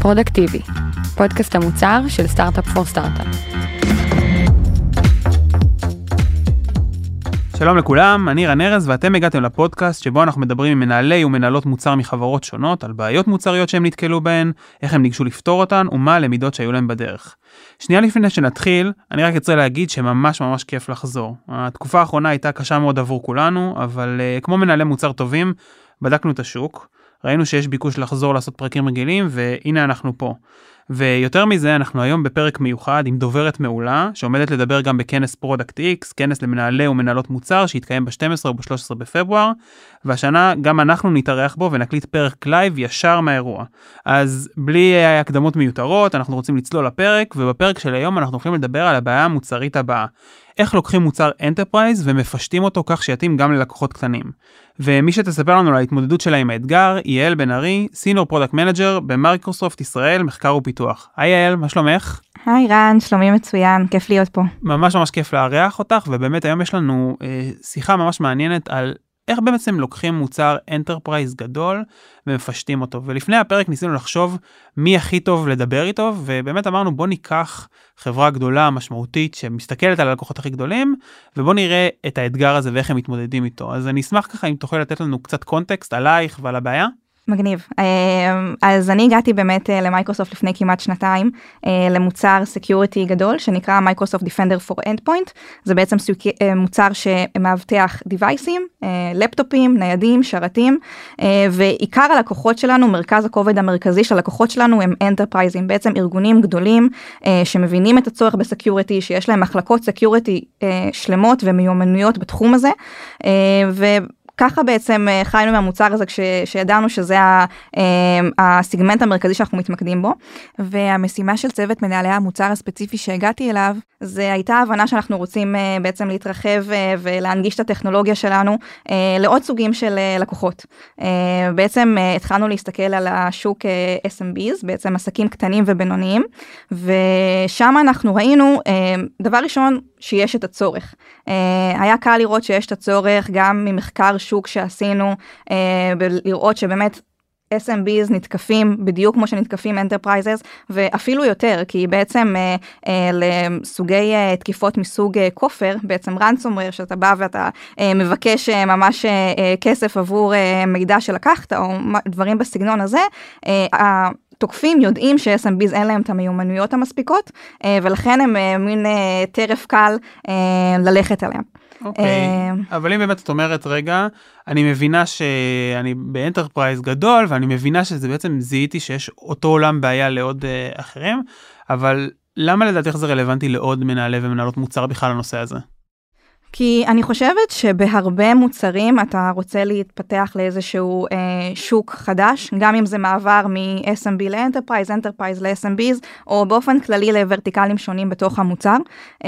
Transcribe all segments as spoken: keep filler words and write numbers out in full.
פרודקטיבי, פודקאסט המוצר של סטארט-אפ פור סטארט-אפ. שלום לכולם, אני רן ארז ואתם הגעתם לפודקאסט שבו אנחנו מדברים עם מנהלי ומנהלות מוצר מחברות שונות על בעיות מוצריות שהם נתקלו בהן, איך הם ניגשו לפתור אותן ומה הלמידות שהיו להם בדרך. שנייה לפני שנתחיל, אני רק רוצה להגיד שממש ממש כיף לחזור. התקופה האחרונה הייתה קשה מאוד עבור כולנו, אבל uh, כמו מנהלי מוצר טובים, בדקנו את השוק, ראינו שיש ביקוש לחזור לעשות פרקים רגילים, והנה אנחנו פה. ויותר מזה, אנחנו היום בפרק מיוחד עם דוברת מעולה, שעומדת לדבר גם בכנס פרודקט איקס, כנס למנהלי ומנהלות מוצר, שהתקיים ב-שנים עשר או ב-שלושה עשר בפברואר, והשנה גם אנחנו נתארח בו ונקליט פרק לייב ישר מהאירוע. אז בלי הקדמות מיותרות, אנחנו רוצים לצלול לפרק, ובפרק של היום אנחנו הולכים לדבר על הבעיה המוצרית הבאה. איך לוקחים מוצר אנטרפרייז ומפשטים אותו כך שיתאים גם ללקוחות קטנים. ומי שתספר לנו על ההתמודדות שלה עם האתגר, יעל בן ארי, Senior Product Manager במייקרוסופט ישראל, מחקר ופיתוח. היי יעל, מה שלומך? היי רן, שלומי מצוין, כיף להיות פה. ממש ממש כיף לארח אותך, ובאמת היום יש לנו אה, שיחה ממש מעניינת על איך בעצם לוקחים מוצר אנטרפרייז גדול ומפשטים אותו. ולפני הפרק ניסינו לחשוב מי הכי טוב לדבר איתו, ובאמת אמרנו בוא ניקח חברה גדולה, משמעותית, שמסתכלת על הלקוחות הכי גדולים, ובוא נראה את האתגר הזה ואיך הם מתמודדים איתו. אז אני אשמח ככה אם תוכל לתת לנו קצת קונטקסט עלייך ועל הבעיה. מגניב. אז אני הגעתי באמת למייקרוסופט לפני כמעט שנתיים, למוצר סקיוריטי גדול, שנקרא מייקרוסופט דיפנדר פור אנדפוינט. זה בעצם מוצר שמאבטח דיווייסים, לפטופים, ניידים, שרתים, ועיקר הלקוחות שלנו, מרכז הכובד המרכזי של הלקוחות שלנו, הם אנטרפרייזים, בעצם ארגונים גדולים, שמבינים את הצורך בסקיוריטי, שיש להם מחלקות סקיוריטי שלמות ומיומנויות בתחום הזה, ו... ככה בעצם חיינו מהמוצר הזה כשידענו שזה הסגמנט המרכזי שאנחנו מתמקדים בו, והמשימה של צוות מנהלי המוצר הספציפי שהגעתי אליו, זה הייתה הבנה שאנחנו רוצים בעצם להתרחב ולהנגיש את הטכנולוגיה שלנו לעוד סוגים של לקוחות. בעצם התחלנו להסתכל על השוק אס אם ביז, בעצם עסקים קטנים ובינוניים, ושם אנחנו ראינו, דבר ראשון, שיש את הצורך. היה קל לראות שיש את הצורך גם ממחקר שוק שעשינו, לראות שבאמת אס אם ביז נתקפים בדיוק כמו שנתקפים אנטרפרייזס, ואפילו יותר, כי בעצם אה, אה, לסוגי אה, תקיפות מסוג אה, כופר, בעצם רנסומוור, שאתה בא ואתה אה, מבקש אה, ממש אה, כסף עבור אה, מידע שלקחת, או דברים בסגנון הזה, אה, תוקפים יודעים ש-אס אם ביז אין להם את המיומנויות המספיקות, ולכן הם מין טרף קל ללכת עליהם. אוקיי, אבל אם באמת את אומרת, רגע, אני מבינה שאני באנטרפרייז גדול, ואני מבינה שזה בעצם זיהיתי שיש אותו עולם בעיה לעוד אחרים, אבל למה לדעתך זה רלוונטי לעוד מנהלי ומנהלות מוצר בכלל לנושא הזה? כי אני חושבת שבהרבה מוצרים אתה רוצה להתפתח לאיזשהו אה, שוק חדש, גם אם זה מעבר מ-אס אם בי לאנטרפרייז, אנטרפרייז ל-אס אם ביז, או באופן כללי לוורטיקלים שונים בתוך המוצר, אה,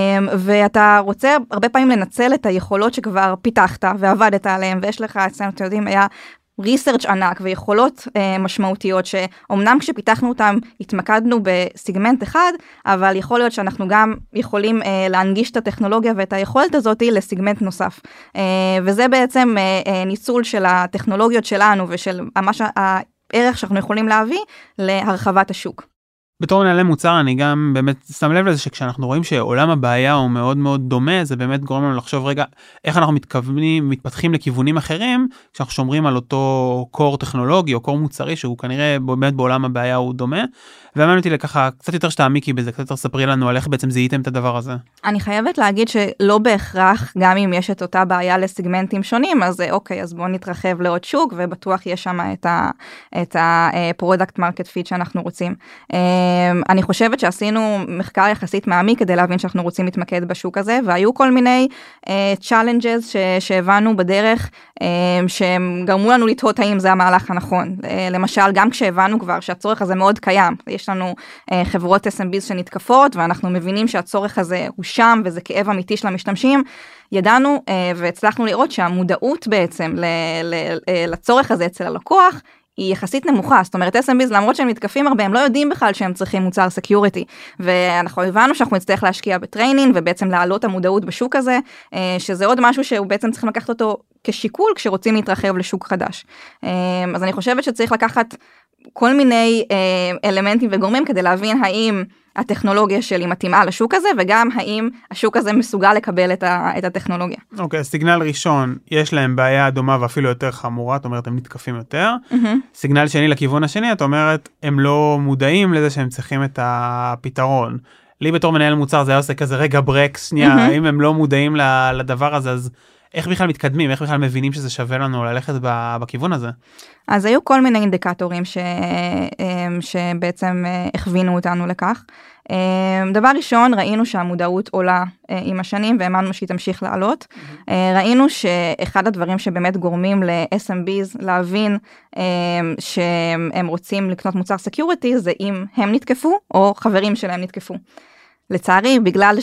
ואתה רוצה הרבה פעמים לנצל את היכולות שכבר פיתחת ועבדת עליהן, ויש לך, אצלנו, אתם יודעים, היה ריסרצ' ענק ויכולות אה, משמעותיות שאומנם כשפיתחנו אותם התמקדנו בסגמנט אחד, אבל יכול להיות שאנחנו גם יכולים אה, להנגיש את הטכנולוגיה ואת היכולת הזאת לסגמנט נוסף. אה, וזה בעצם אה, אה, ניצול של הטכנולוגיות שלנו ושל ממש הערך שאנחנו יכולים להביא להרחבת השוק. בתור מנהלי מוצר אני גם באמת שם לב לזה שכשאנחנו רואים שעולם הבעיה הוא מאוד מאוד דומה, זה באמת גורם לנו לחשוב רגע איך אנחנו מתכוונים, מתפתחים לכיוונים אחרים, כשאנחנו שומרים על אותו קור טכנולוגי או קור מוצרי שהוא כנראה באמת בעולם הבעיה הוא דומה, ואמרתי לככה קצת יותר שתעמיקי בזה, קצת יותר ספרי לנו על איך בעצם זיהיתם את הדבר הזה. אני חייבת להגיד שלא בהכרח, גם אם יש את אותה בעיה לסגמנטים שונים, אז אוקיי, אז בואו נתרחב לעוד שוק, ובטוח יש שם את ה-product market fit שאנחנו רוצים. אני חושבת שעשינו מחקר יחסית מעמיק כדי להבין שאנחנו רוצים להתמקד בשוק הזה, והיו כל מיני challenges שהבנו בדרך, שהם גרמו לנו לתהות האם זה המהלך הנכון. למשל, גם כשהבנו כבר שהצורך הזה מאוד קיים, יש לנו חברות אס אם ביז שנתקפות, ואנחנו מבינים שהצורך הזה הוא שם, וזה כאב אמיתי של המשתמשים, ידענו והצלחנו לראות שהמודעות בעצם לצורך הזה אצל הלקוח, היא יחסית נמוכה, זאת אומרת אס אם ביז למרות שהם מתקפים הרבה, הם לא יודעים בכלל שהם צריכים מוצר סקיוריטי, ואנחנו הבנו שאנחנו נצטרך להשקיע בטריינינג, ובעצם להעלות המודעות בשוק הזה, שזה עוד משהו שהוא בעצם צריכים לקחת אותו כשיקול כשרוצים להתרחב לשוק חדש. אז אני חושבת שצריך לקחת כל מיני אלמנטים וגורמים כדי להבין האם הטכנולוגיה שלי מתאימה לשוק הזה, וגם האם השוק הזה מסוגל לקבל את, ה, את הטכנולוגיה. אוקיי, okay, סיגנל ראשון, יש להם בעיה דומה ואפילו יותר חמורה, את אומרת, הם נתקפים יותר. Mm-hmm. סיגנל שני לכיוון השני, את אומרת, הם לא מודעים לזה שהם צריכים את הפתרון. לי בתור מנהל מוצר זה היה עושה כזה רגע ברקס, שנייה, mm-hmm. אם הם לא מודעים לדבר הזה, אז איך בכלל מתקדמים, איך בכלל מבינים שזה שווה לנו ללכת בכיוון הזה? אז היו כל מיני אינדיקטורים ש... שבעצם הכווינו אותנו לכך. דבר ראשון, ראינו שהמודעות עולה עם השנים, והאמנו שהיא תמשיך לעלות. Mm-hmm. ראינו שאחד הדברים שבאמת גורמים ל-אס אם ביז להבין שהם רוצים לקנות מוצר סקיוריטי, זה אם הם נתקפו או חברים שלהם נתקפו. לצערי, בגלל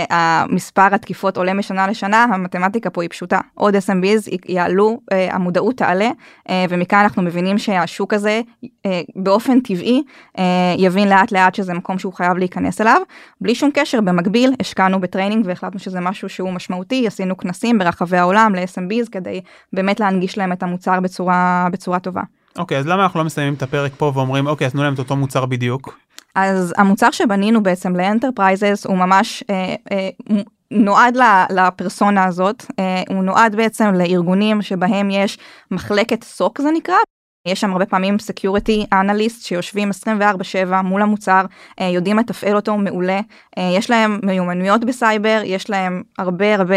שהמספר התקיפות עולה משנה לשנה, המתמטיקה פה היא פשוטה. עוד אס אם ביז יעלו, המודעות תעלה, ומכאן אנחנו מבינים שהשוק הזה באופן טבעי יבין לאט לאט שזה מקום שהוא חייב להיכנס אליו. בלי שום קשר, במקביל, השקענו בטריינינג והחלטנו שזה משהו שהוא משמעותי, עשינו כנסים ברחבי העולם ל-אס אם ביז כדי באמת להנגיש להם את המוצר בצורה, בצורה טובה. אוקיי, אז למה אנחנו לא מסיימים את הפרק פה ואומרים, אוקיי, אז תנו להם את אותו מוצר בדיוק? אז המוצר שבנינו בעצם לאנטרפרייזס הוא ממש אה, אה, נועד לפרסונה הזאת, אה, הוא נועד בעצם לארגונים שבהם יש מחלקת סוק זה נקרא, יש שם הרבה פעמים סקיוריטי אנליסט שיושבים עשרים וארבע שבע מול המוצר, יודעים לתפעל אותו מעולה, יש להם מיומנויות בסייבר, יש להם הרבה הרבה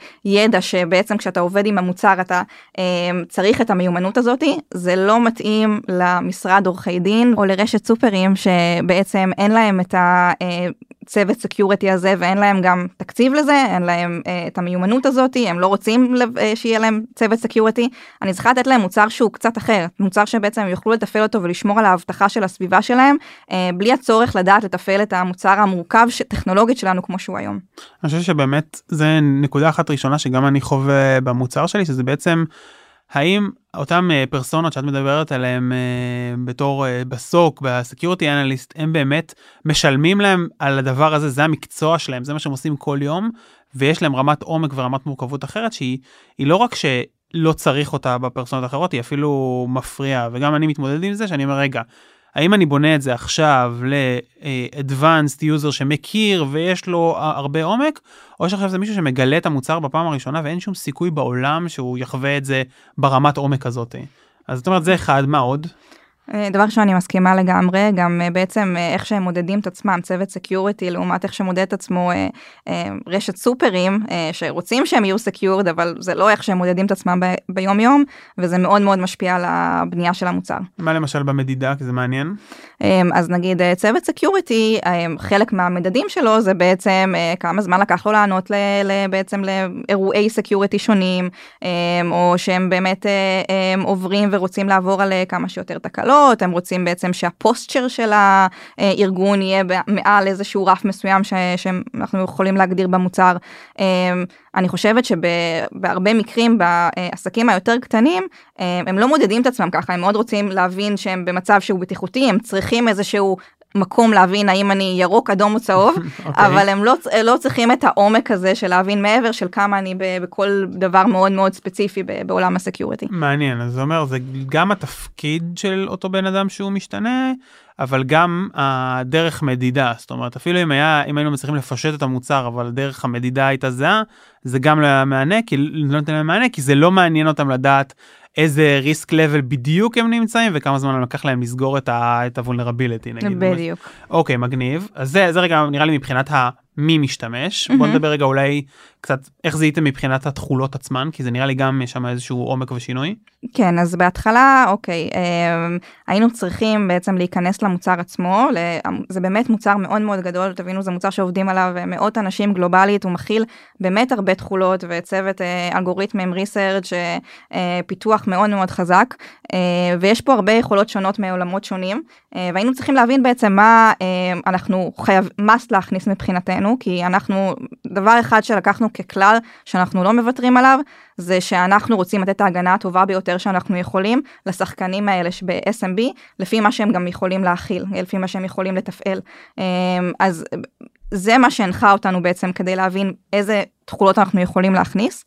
ידע שבעצם כשאתה עובד עם המוצר אתה צריך את המיומנות הזאת, זה לא מתאים למשרד עורכי דין או לרשת סופרים שבעצם אין להם את ה... צוות סקיוריטי הזה, ואין להם גם תקציב לזה, אין להם uh, את המיומנות הזאת, הם לא רוצים uh, שיהיה להם צוות סקיוריטי, אני צריכה לתת להם מוצר שהוא קצת אחר, מוצר שבעצם הם יוכלו לתפעל אותו ולשמור על ההבטחה של הסביבה שלהם, uh, בלי הצורך לדעת לתפעל את המוצר המורכב ש- טכנולוגית שלנו כמו שהוא היום. אני חושב שבאמת זה נקודה אחת ראשונה שגם אני חווה במוצר שלי, שזה בעצם האם אותם פרסונות שאת מדברת עליהם בתור בסוק, בסקיוריטי אנליסט, הם באמת משלמים להם על הדבר הזה, זה המקצוע שלהם, זה מה שהם עושים כל יום, ויש להם רמת עומק ורמת מורכבות אחרת, שהיא לא רק שלא צריך אותה בפרסונות אחרות, היא אפילו מפריעה, וגם אני מתמודד עם זה, שאני אומר, רגע, האם אני בונה את זה עכשיו ל-advanced user שמכיר ויש לו הרבה עומק, או שעכשיו זה מישהו שמגלה את המוצר בפעם הראשונה ואין שום סיכוי בעולם שהוא יחווה את זה ברמת עומק הזאת. אז זאת אומרת, זה אחד, מה עוד? דבר שאני מסכימה לגמרי, גם בעצם איך שהם מודדים את עצמם, צוות סקיוריטי, לעומת איך שמודד את עצמו רשת סופרים, שרוצים שהם יהיו סקיורד, אבל זה לא איך שהם מודדים את עצמם ב- ביום יום, וזה מאוד מאוד משפיע על הבנייה של המוצר. מה למשל במדידה, כי זה מעניין? אז נגיד צוות סקיוריטי, חלק מהמדדים שלו זה בעצם כמה זמן לקח לו לענות ל- בעצם לאירועי סקיוריטי שונים, או שהם באמת עוברים ורוצים לעבור על כמה שיותר תקלות, הם רוצים בעצם שהפוסטצ'ר של הארגון יהיה מעל איזשהו רף מסוים שאנחנו יכולים להגדיר במוצר. אני חושבת שבהרבה מקרים בעסקים היותר קטנים, הם לא מודדים את עצמם ככה, הם מאוד רוצים להבין שהם במצב שהוא בטיחותי, הם צריכים איזשהו מקום להבין האם אני ירוק, אדום או צהוב, okay. אבל הם לא, לא צריכים את העומק הזה של להבין מעבר של כמה אני בכל דבר מאוד מאוד ספציפי בעולם הסקיוריטי. מעניין, אז זה אומר, זה גם התפקיד של אותו בן אדם שהוא משתנה, אבל גם הדרך מדידה, זאת אומרת, אפילו אם, היה, אם היינו מצליחים לפשט את המוצר, אבל דרך המדידה הייתה זהה, זה גם לא היה מענה, כי לא נותן להם מענה, כי זה לא מעניין אותם לדעת איזה ריסק לבל בדיוק הם נמצאים, וכמה זמן לקח להם לסגור את ה-vulnerability, נגיד. בדיוק. אוקיי, מגניב. אז זה, זה רגע נראה לי מבחינת מי משתמש. בוא נדבר רגע אולי קצת איך זה הייתם מבחינת התחולות עצמן, כי זה נראה לי גם יש שם איזשהו עומק ושינוי. כן, אז בהתחלה, אוקיי, היינו צריכים בעצם להיכנס למוצר עצמו, זה באמת מוצר מאוד מאוד גדול, תבינו, זה מוצר שעובדים עליו מאות אנשים גלובלית, הוא מכיל באמת הרבה תחולות, וצוות אלגוריתמים, ריסרצ', פיתוח מאוד מאוד חזק, ויש פה הרבה יכולות שונות מעולמות שונים, והיינו צריכים להבין בעצם מה אנחנו חייב, must להכניס מבחינתנו, כי אנחנו, דבר אחד שלקחנו ככלל, שאנחנו לא מוותרים עליו, זה שאנחנו רוצים לתת את ההגנה הטובה ביותר שאנחנו יכולים לשחקנים האלה ב-אס אם בי, לפי מה שהם גם יכולים להכיל, לפי מה שהם יכולים לתפעל. אז זה מה שהנחה אותנו בעצם כדי להבין איזה תכולות אנחנו יכולים להכניס,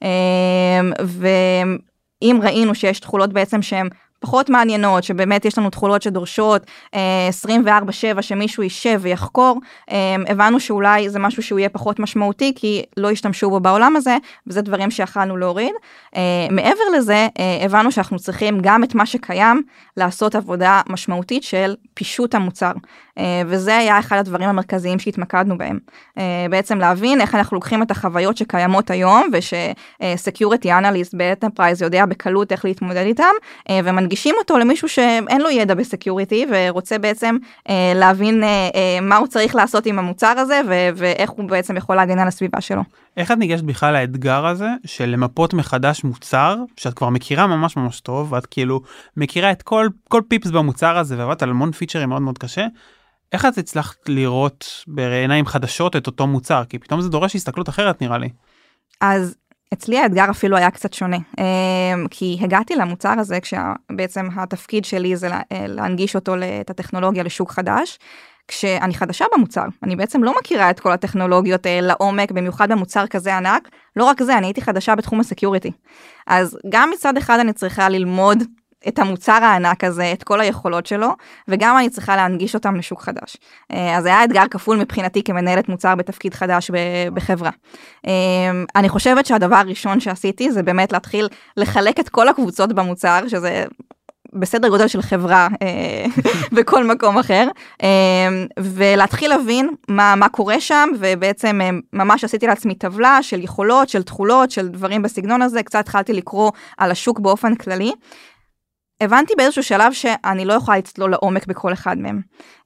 ואם ראינו שיש תכולות בעצם שהן פחות מעניינות, שבאמת יש לנו תכולות שדורשות עשרים וארבע שבע שמישהו יישב ויחקור, הבנו שאולי זה משהו שהוא יהיה פחות משמעותי, כי לא השתמשו בו בעולם הזה, וזה דברים שיכלנו להוריד. מעבר לזה, הבנו שאנחנו צריכים גם את מה שקיים, לעשות עבודה משמעותית של פישוט המוצר, וזה היה אחד הדברים המרכזיים שהתמקדנו בהם. בעצם להבין איך אנחנו לוקחים את החוויות שקיימות היום, וש-Security Analyst ב-Enterprise יודע בקלות איך להתמודד איתם, ומנגישים אותו למישהו שאין לו ידע בסקיוריטי, ורוצה בעצם להבין מה הוא צריך לעשות עם המוצר הזה, ואיך הוא בעצם יכול להגן על הסביבה שלו. איך את ניגשת בכלל לאתגר הזה, של למפות מחדש מוצר, שאת כבר מכירה ממש ממש טוב, ואת כאילו מכירה את כל, כל פיפס במוצר הזה, ועבדת על המון פיצ'רים מאוד מאוד קשה, איך את הצלחת לראות בעיניים חדשות את אותו מוצר? כי פתאום זה דורש הסתכלות אחרת נראה לי. אז אצלי האתגר אפילו היה קצת שונה, כי הגעתי למוצר הזה, כשבעצם התפקיד שלי זה להנגיש אותו, את הטכנולוגיה לשוק חדש, כשאני חדשה במוצר, אני בעצם לא מכירה את כל הטכנולוגיות לעומק, במיוחד במוצר כזה ענק, לא רק זה, אני הייתי חדשה בתחום הסקיוריטי. אז גם מצד אחד אני צריכה ללמוד את המוצר הענק הזה, את כל היכולות שלו, וגם אני צריכה להנגיש אותם לשוק חדש. אז היה אתגר כפול מבחינתי כמנהלת מוצר בתפקיד חדש בחברה. אני חושבת שהדבר הראשון שעשיתי, זה באמת להתחיל לחלק את כל הקבוצות במוצר, שזה בסדר גודל של חברה בכל מקום אחר, ולהתחיל להבין מה, מה קורה שם, ובעצם ממש עשיתי לעצמי טבלה של יכולות, של תכולות, של דברים בסגנון הזה, קצת התחלתי לקרוא על השוק באופן כללי, הבנתי באיזשהו שלב שאני לא יכולה לצלול לעומק בכל אחד מהם,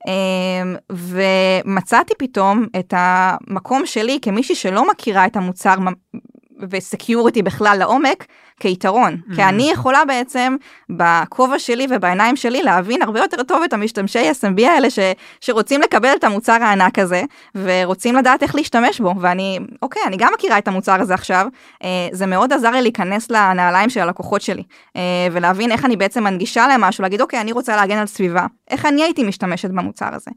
ומצאתי פתאום את המקום שלי כמישהי שלא מכירה את המוצר וסקיוריטי בכלל לעומק, כיתרון, כי אני יכולה בעצם בכובע שלי ובעיניים שלי להבין הרבה יותר טוב את המשתמשי אס אם בי האלה ש, שרוצים לקבל את המוצר הענק הזה, ורוצים לדעת איך להשתמש בו, ואני, אוקיי, אני גם מכירה את המוצר הזה עכשיו, זה מאוד עזר לי להיכנס לנעליים של הלקוחות שלי, ולהבין איך אני בעצם מנגישה להם משהו, להגיד, אוקיי, אני רוצה להגן על סביבה, איך אני הייתי משתמשת במוצר הזה.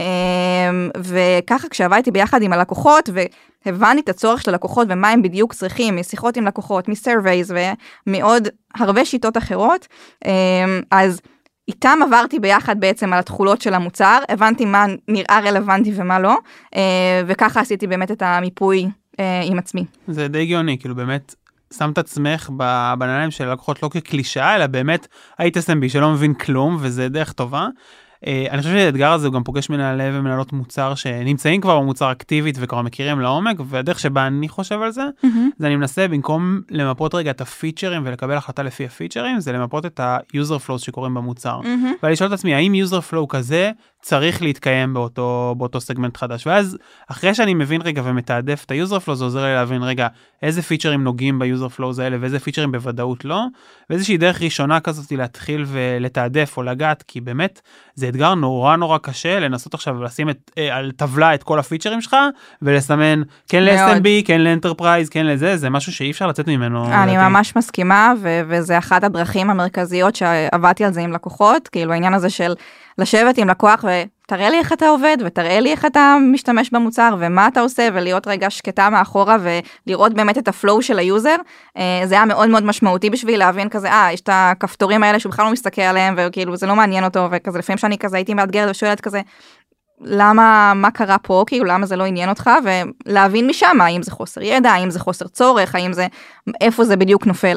וככה כשעבדתי ביחד עם הלקוחות, והבנתי את הצורך של הלקוחות ומה הם בדיוק צריכים, משיחות עם לקוחות, מסרווייז ומעוד הרבה שיטות אחרות, אז איתם עברתי ביחד בעצם על התכולות של המוצר, הבנתי מה נראה רלוונטי ומה לא, וככה עשיתי באמת את המיפוי עם עצמי. זה די גאוני, כאילו באמת שמת עצמך בנעליים של הלקוחות לא כקלישאה, אלא באמת היית אס אם בי שלא מבין כלום, וזה דרך טובה. אני חושב שהאתגר הזה הוא גם פוגש מנהלי ומנהלות מוצר שנמצאים כבר במוצר אקטיבית וכבר מכירים לעומק, והדרך שבה אני חושב על זה, זה אני מנסה במקום למפות רגע את הפיצ'רים ולקבל החלטה לפי הפיצ'רים, זה למפות את ה-user flows שקורים במוצר. ואני שואל את עצמי, האם user flow כזה צריך להתקיים באותו, באותו סגמנט חדש? ואז אחרי שאני מבין רגע ומתעדף את ה-user flow, זה עוזר לי להבין רגע איזה פיצ'רים נוגעים ב-user flows האלה ואיזה פיצ'רים בוודאות לא, ואיזושהי דרך ראשונה כזאת להתחיל ולתעדף או לגעת, כי באמת זה אתגר נורא נורא קשה לנסות עכשיו לשים את, על טבלה את כל הפיצ'רים שלך, ולסמן כן ל-אס אם בי, כן לאנטרפרייז, כן לזה, זה משהו שאי אפשר לצאת ממנו. אני ממש מסכימה, ו- וזה אחת הדרכים המרכזיות שעבדתי על זה עם לקוחות, כאילו העניין הזה של לשבת עם לקוח ותראה לי איך אתה עובד, ותראה לי איך אתה משתמש במוצר, ומה אתה עושה, ולהיות רגע שקטה מאחורה, ולראות באמת את הפלואו של היוזר, זה היה מאוד מאוד משמעותי בשביל להבין כזה, אה, יש את הכפתורים האלה שהוא בכלל לא מסתכל עליהם, וכאילו זה לא מעניין אותו, וכזה לפעמים שאני כזה הייתי מאתגרת ושואלת כזה, למה, מה קרה פה, כאילו למה זה לא עניין אותך, ולהבין משם, האם זה חוסר ידע, האם זה חוסר צורך, האם זה, איפה זה בדיוק נופל.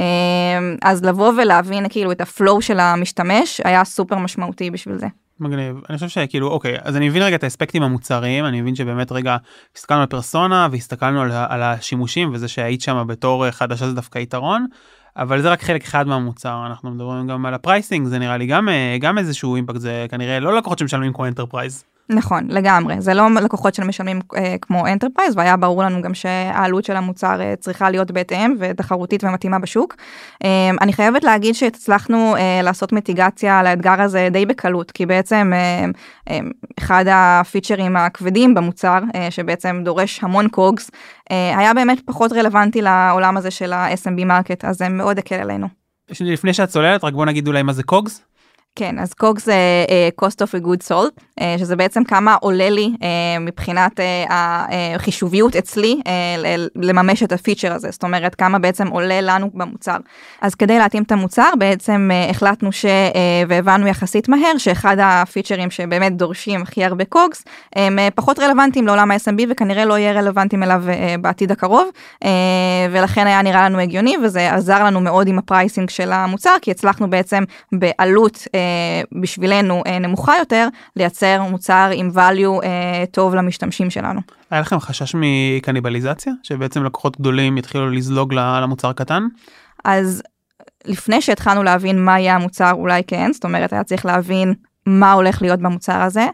אז לבוא ולהבין כאילו את הפלואו של המשתמש, היה סופר משמעותי בשביל זה. מגניב. אני חושב שכאילו, אוקיי, אז אני מבין רגע את האספקטים המוצריים, אני מבין שבאמת רגע הסתכלנו על פרסונה, והסתכלנו על, על השימושים, וזה שהיית שם בתור חדשה זה דווקא יתרון, אבל זה רק חלק אחד מהמוצר, אנחנו מדברים גם על הפרייסינג, זה נראה לי גם, גם איזשהו אימפקט, זה כנראה לא לקוחות שמשלמים כמו אנטרפרייז. נכון, לגמרי. זה לא לקוחות שמשלמים אה, כמו אנטרפרייז, והיה ברור לנו גם שהעלות של המוצר אה, צריכה להיות בהתאם ותחרותית ומתאימה בשוק. אה, אני חייבת להגיד שהצלחנו אה, לעשות מיטיגציה לאתגר הזה די בקלות, כי בעצם אה, אה, אחד הפיצ'רים הכבדים במוצר, אה, שבעצם דורש המון קוגס, אה, היה באמת פחות רלוונטי לעולם הזה של ה-אס אם בי מרקט, אז זה מאוד הקל עלינו. לפני שאת צוללת, רק בוא נגיד אולי מה זה קוגס? כן, אז קוג זה uh, cost of a good sold, uh, שזה בעצם כמה עולה לי uh, מבחינת uh, החישוביות אצלי uh, לממש את הפיצ'ר הזה, זאת אומרת כמה בעצם עולה לנו במוצר. אז כדי להתאים את המוצר בעצם uh, החלטנו ש, uh, והבנו יחסית מהר שאחד הפיצ'רים שבאמת דורשים הכי הרבה קוגס, הם uh, פחות רלוונטיים לעולם ה-אס אם בי וכנראה לא יהיה רלוונטיים אליו uh, בעתיד הקרוב, uh, ולכן היה נראה לנו הגיוני וזה עזר לנו מאוד עם הפרייסינג של המוצר, כי הצלחנו בעצם בעלות uh, בשבילנו נמוכה יותר, לייצר מוצר עם value טוב למשתמשים שלנו. היה לכם חשש מקניבליזציה? שבעצם לקוחות גדולים יתחילו לזלוג למוצר קטן? אז לפני שהתחלנו להבין מה יהיה המוצר, אולי כן, זאת אומרת, היה צריך להבין מה הולך להיות במוצר הזה.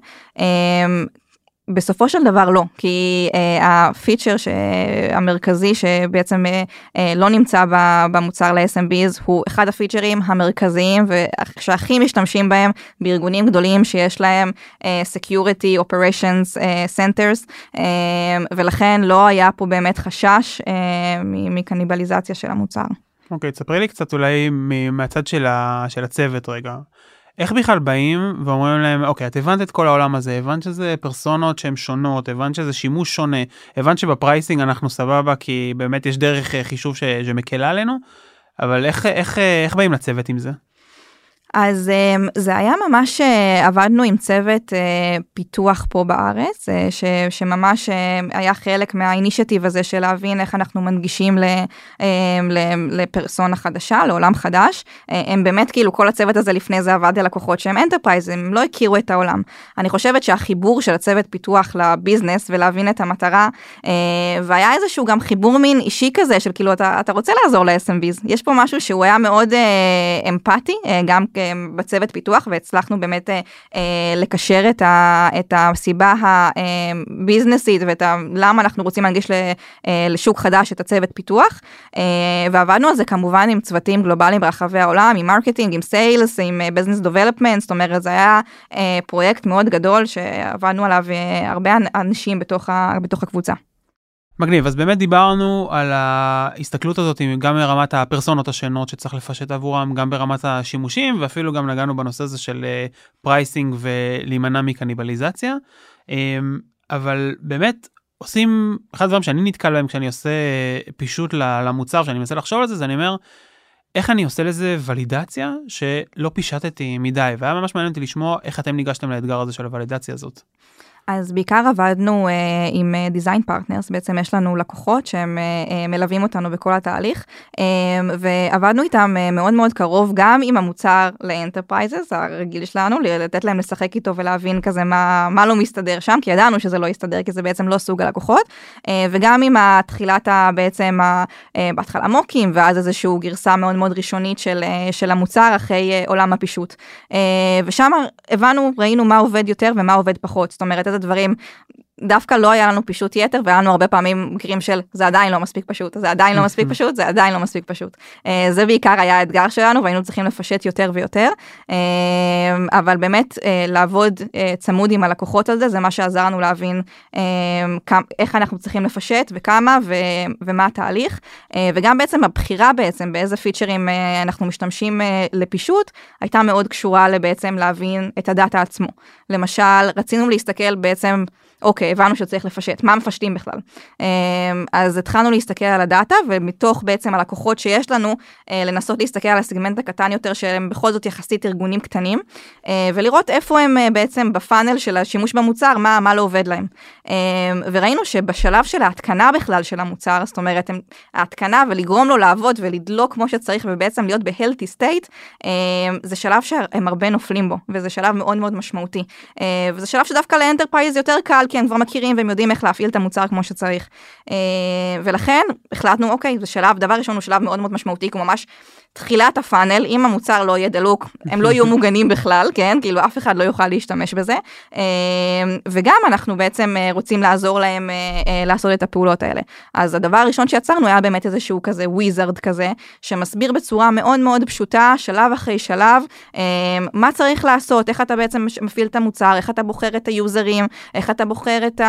בסופו של דבר לא, כי הפיצ'ר המרכזי שבעצם לא נמצא במוצר ל-אס אם ביז הוא אחד הפיצ'רים המרכזיים שהכי משתמשים בהם בארגונים גדולים שיש להם Security Operations Centers, ולכן לא היה פה באמת חשש מקניבליזציה של המוצר. אוקיי, תספרי לי קצת אולי מהצד של הצוות רגע. איך בכלל באים ואומרים להם, אוקיי, את הבנת את כל העולם הזה, הבנת שזה פרסונות שהן שונות, הבנת שזה שימוש שונה, הבנת שבפרייסינג אנחנו סבבה, כי באמת יש דרך חישוב ש... שמקלה עלינו, אבל איך, איך, איך באים לצוות עם זה? אז זה היה ממש, עבדנו עם צוות פיתוח פה בארץ, ש, שממש היה חלק מהאינישטיב הזה של להבין איך אנחנו מנגישים לפרסונה חדשה, לעולם חדש. הם באמת כאילו כל הצוות הזה לפני זה עבד על לקוחות שהם אנטרפרייז, הם לא הכירו את העולם. אני חושבת שהחיבור של הצוות פיתוח לביזנס ולהבין את המטרה, והיה איזשהו גם חיבור מין אישי כזה של כאילו אתה, אתה רוצה לעזור ל-אס אם ביז. יש פה משהו שהוא היה מאוד אמפתי, גם בצוות פיתוח, והצלחנו באמת אה, אה, לקשר את, ה, את הסיבה הביזנסית, ואת ה, למה אנחנו רוצים להנגיש ל, אה, לשוק חדש את הצוות פיתוח, אה, ועבדנו על זה כמובן עם צוותים גלובליים ברחבי העולם, עם מרקטינג, עם סיילס, עם ביזנס דבלופמנט, זאת אומרת, זה היה אה, פרויקט מאוד גדול, שעבדנו עליו אה, הרבה אנשים בתוך, ה, בתוך הקבוצה. מגניב, אז באמת דיברנו על ההסתכלות הזאת, גם ברמת הפרסונות השונות שצריך לפשט עבורם, גם ברמת השימושים, ואפילו גם נגענו בנושא הזה של פרייסינג ולהימנע מקניבליזציה. אבל באמת עושים, אחד הדברים שאני נתקל בהם כשאני עושה פישוט למוצר, שאני מנסה לחשוב על זה, זה אני אומר, איך אני עושה לזה ולידציה שלא פישטתי מדי, והיה ממש מעניין אותי לשמוע איך אתם ניגשתם לאתגר הזה של הוולידציה הזאת. אז בעיקר עבדנו uh, עם דיזיין פרטנרס, בעצם יש לנו לקוחות שהם uh, uh, מלווים אותנו בכל התהליך, uh, ועבדנו איתם uh, מאוד מאוד קרוב, גם עם המוצר לאנטרפרייזס, הרגיל שלנו, לתת להם לשחק איתו ולהבין כזה מה, מה לא מסתדר שם, כי ידענו שזה לא יסתדר, כי זה בעצם לא סוג הלקוחות, uh, וגם עם התחילת ה, בעצם ה, uh, בהתחלה מוקים, ואז איזשהו גרסה מאוד מאוד ראשונית של, uh, של המוצר אחרי uh, עולם הפישוט. Uh, ושם הבנו, ראינו מה עובד יותר ומה עובד פחות, זאת אומרת, איזה דברים, דווקא לא היה לנו פישוט יתר, והיה לנו הרבה פעמים מקרים של, זה עדיין לא מספיק פשוט, זה עדיין לא מספיק פשוט, זה עדיין לא מספיק פשוט. זה בעיקר היה האתגר שלנו, והיינו צריכים לפשט יותר ויותר, אבל באמת לעבוד צמוד עם הלקוחות על זה, זה מה שעזר לנו להבין איך אנחנו צריכים לפשט, וכמה, ומה התהליך, וגם בעצם הבחירה בעצם, באיזה פיצ'רים אנחנו משתמשים לפישוט, הייתה מאוד קשורה לבעצם להבין את הדאטה עצמו. למשל, רצינו להסתכל בעצם, אוקיי, הבנו שצריך לפשט, מה מפשטים בכלל? אז התחלנו להסתכל על הדאטה, ומתוך בעצם הלקוחות שיש לנו, לנסות להסתכל על הסגמנט הקטן יותר, שהם בכל זאת יחסית ארגונים קטנים, ולראות איפה הם בעצם בפאנל של השימוש במוצר, מה, מה לא עובד להם. וראינו שבשלב של ההתקנה בכלל של המוצר, זאת אומרת, ההתקנה ולגרום לו לעבוד ולדלוק כמו שצריך, ובעצם להיות ב-healthy state, זה שלב שהם הרבה נופלים בו, וזה שלב מאוד מאוד משמעותי. וזה שלב שדווקא לאנטרפרייז יותר קל, כי הם כבר מכירים והם יודעים איך להפעיל את המוצר כמו שצריך. ולכן החלטנו, אוקיי, זה שלב, דבר ראשון הוא שלב מאוד מאוד משמעותי, כמו ממש תחילת הפאנל, אם המוצר לא יהיה דלוק, הם לא יהיו מוגנים בכלל, כן? כאילו אף אחד לא יוכל להשתמש בזה. וגם אנחנו בעצם רוצים לעזור להם לעשות את הפעולות האלה. אז הדבר הראשון שיצרנו היה באמת איזשהו כזה וויזרד כזה, שמסביר בצורה מאוד מאוד פשוטה, שלב אחרי שלב, מה צריך לעשות, איך אתה בעצם מפעיל את המוצר, איך אתה בוחר את היוזרים, איך אתה בוחר את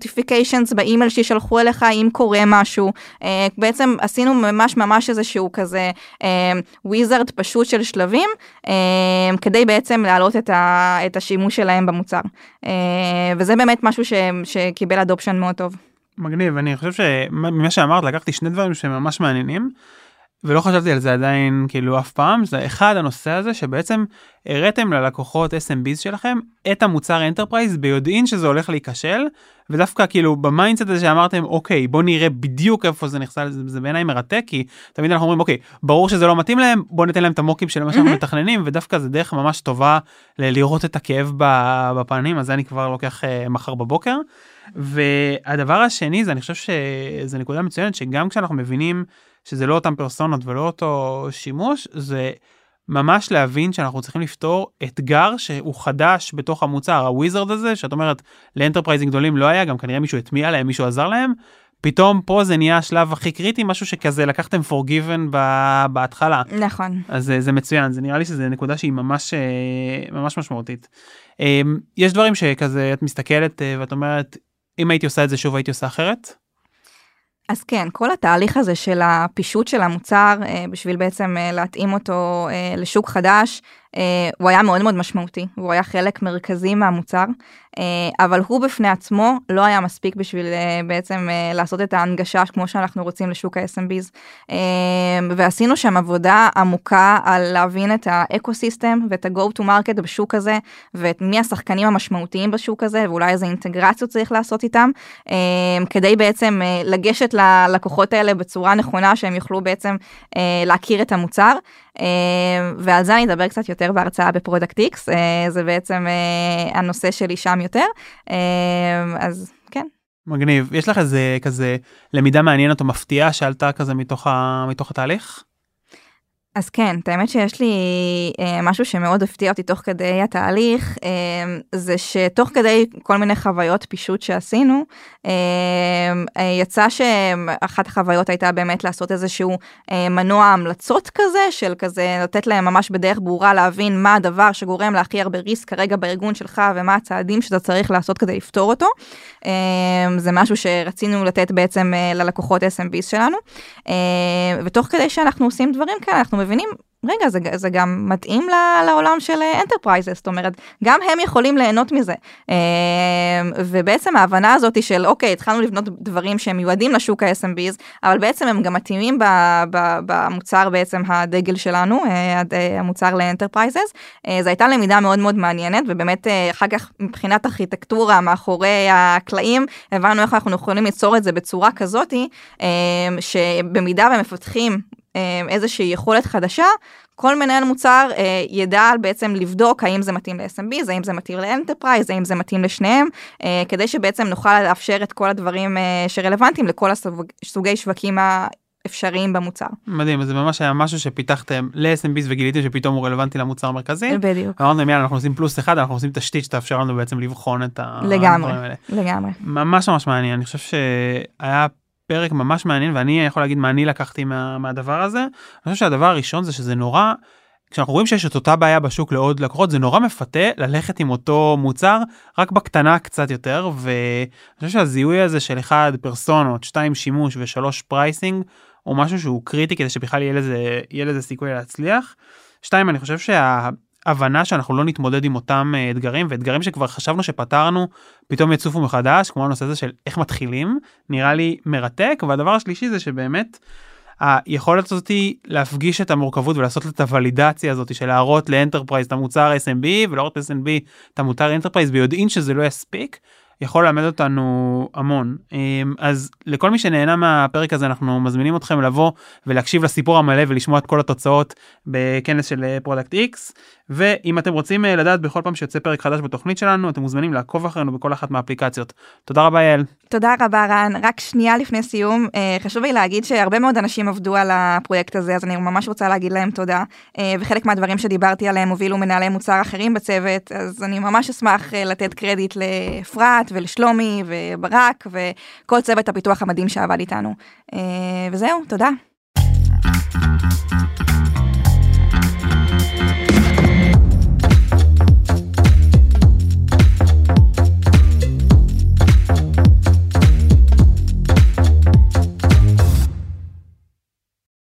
ה-notifications באימייל ששלחו אליך אם קורה משהו. בעצם עשינו ממש ממש איזשהו כזה כזה וויזרד פשוט של שלבים, כדי בעצם להעלות את, ה, את השימוש שלהם במוצר. וזה באמת משהו ש, שקיבל אדופשן מאוד טוב. מגניב, אני חושב שממה שאמרת, לקחתי שני דברים שממש מעניינים, ולא חשבתי על זה עדיין כאילו אף פעם, זה אחד הנושא הזה שבעצם הראיתם ללקוחות אס אם ביז שלכם את המוצר אנטרפרייז ביודעין שזה הולך להיכשל, ודווקא כאילו במיינדסט הזה שאמרתם אוקיי בוא נראה בדיוק איפה זה נחסל, זה, זה בעיניי מרתק, כי תמיד אנחנו אומרים אוקיי ברור שזה לא מתאים להם, בוא ניתן להם את המוקים של מה שאנחנו מתכננים, ודווקא זה דרך ממש טובה ל- לראות את הכאב בפנים, אז זה אני כבר לוקח uh, מחר בבוקר. והדבר השני זה אני חושב שזה נקודה מצוינת שגם כשאנחנו מבינים שזה לא אותם פרסונות ולא אותו שימוש, זה ממש להבין שאנחנו צריכים לפתור אתגר שהוא חדש בתוך המוצר, הוויזרד הזה, שאת אומרת, לאנטרפרייזים גדולים לא היה, גם כנראה מישהו התמיע להם, מישהו עזר להם, פתאום פה זה נהיה השלב הכי קריטי, משהו שכזה לקחתם forgiven בהתחלה. נכון. אז זה, זה מצוין, זה נראה לי שזה נקודה שהיא ממש, ממש משמעותית. יש דברים שכזה את מסתכלת ואת אומרת, אם הייתי עושה את זה שוב, הייתי עושה אחרת? אז כן, כל התהליך הזה של הפישוט של המוצר, בשביל בעצם להתאים אותו לשוק חדש, הוא היה מאוד מאוד משמעותי, הוא היה חלק מרכזי מהמוצר, אבל הוא בפני עצמו לא היה מספיק בשביל בעצם לעשות את ההנגשה כמו שאנחנו רוצים לשוק ה-אס אם ביז, ועשינו שם עבודה עמוקה על להבין את האקוסיסטם ואת ה-go to market בשוק הזה, ואת מי השחקנים המשמעותיים בשוק הזה, ואולי איזה אינטגרציות צריך לעשות איתם, כדי בעצם לגשת ללקוחות האלה בצורה נכונה, שהם יוכלו בעצם להכיר את המוצר, ועל זה אני אדבר קצת יותר בהרצאה בפרודקט איקס, זה בעצם הנושא שלי שם יותר, אז כן. מגניב, יש לך איזה כזה למידה מעניינת או מפתיעה שעלתה כזה מתוך, ה, מתוך התהליך? אז כן, את האמת שיש לי אה, משהו שמאוד הפתיע אותי תוך כדי התהליך, אה, זה שתוך כדי כל מיני חוויות פישוט שעשינו, אה, אה, יצא שאחת החוויות הייתה באמת לעשות איזשהו אה, מנוע המלצות כזה, של כזה לתת להם ממש בדרך ברורה להבין מה הדבר שגורם להכי הרבה ריסק כרגע בארגון שלך, ומה הצעדים שאתה צריך לעשות כדי לפתור אותו. אה, זה משהו שרצינו לתת בעצם אה, ללקוחות אס אם ביז שלנו, אה, ותוך כדי שאנחנו עושים דברים כאלה, אנחנו מבינים, רגע, זה, זה גם מתאים לעולם של אנטרפרייזס, זאת אומרת, גם הם יכולים ליהנות מזה. ובעצם ההבנה הזאת של, אוקיי, התחלנו לבנות דברים שהם מיועדים לשוק ה-אס אם ביז, אבל בעצם הם גם מתאימים במוצר בעצם הדגל שלנו, המוצר לאנטרפרייזס. זו הייתה למידה מאוד מאוד מעניינת, ובאמת אחר כך מבחינת ארכיטקטורה, מאחורי הקלעים, הבנו איך אנחנו יכולים ליצור את זה בצורה כזאת, שבמידה ומפתחים איזושהי יכולת חדשה, כל מנהל מוצר אה, ידע בעצם לבדוק האם זה מתאים ל-אס אם ביז, האם זה מתאים לאנטרפרייז, האם זה מתאים לשניהם, אה, כדי שבעצם נוכל לאפשר את כל הדברים אה, שרלוונטיים לכל הסוגי שווקים האפשריים במוצר. מדהים, זה ממש היה משהו שפיתחתם ל-אס אם ביז וגיליתם שפתאום הוא רלוונטי למוצר המרכזי. בדיוק. ואמרנו, יאללה, אנחנו עושים פלוס אחד, אנחנו עושים תשתית שתאפשר לנו בעצם לבחון את לגמרי, הדברים האלה. לגמרי. ממש ממש מעניין, אני חושב שהיה פרק ממש מעניין, ואני יכול להגיד מה אני לקחתי מה, מהדבר הזה. אני חושב שהדבר הראשון זה שזה נורא, כשאנחנו רואים שיש את אותה בעיה בשוק לעוד לקוחות, זה נורא מפתה ללכת עם אותו מוצר, רק בקטנה קצת יותר, ואני חושב שהזיהוי הזה של אחד פרסונות, שתיים שימוש ושלוש פרייסינג, הוא משהו שהוא קריטי כדי שבכלל יהיה לזה, יהיה לזה סיכוי להצליח. שתיים, אני חושב שה... הבנה שאנחנו לא נתמודד עם אותם אתגרים, ואתגרים שכבר חשבנו שפתרנו, פתאום יצופו מחדש, כמו הנושא הזה של איך מתחילים, נראה לי מרתק, והדבר השלישי זה שבאמת, היכולת הזאת היא להפגיש את המורכבות, ולעשות את הוולידציה הזאת, של להראות לאנטרפרייז את המוצר אס אם בי, ולהראות ל-אס אם בי את המוצר אנטרפרייז, ויודעים שזה לא יספיק, יכול ללמד אותנו המון. אז לכל מי שנהנה מהפרק הזה, אנחנו מזמינים אתכם לבוא ולהקשיב לסיפור המלא ולשמוע את כל התוצאות בכנס של פרודקט איקס, ואם אתם רוצים לדעת בכל פעם שיוצא פרק חדש בתוכנית שלנו, אתם מוזמנים לעקוב אחרינו בכל אחת מהאפליקציות. תודה רבה יעל. תודה רבה רן. רק שנייה לפני סיום, חשוב לי להגיד שהרבה מאוד אנשים עבדו על הפרויקט הזה, אז אני ממש רוצה להגיד להם תודה, וחלק מהדברים שדיברתי עליהם הובילו מנהלי מוצר אחרים בצוות, אז אני ממש אשמח לתת קרדיט לאפרת ולשלומי וברק וכל צוות הפיתוח המדהים שעבד איתנו. וזהו, תודה.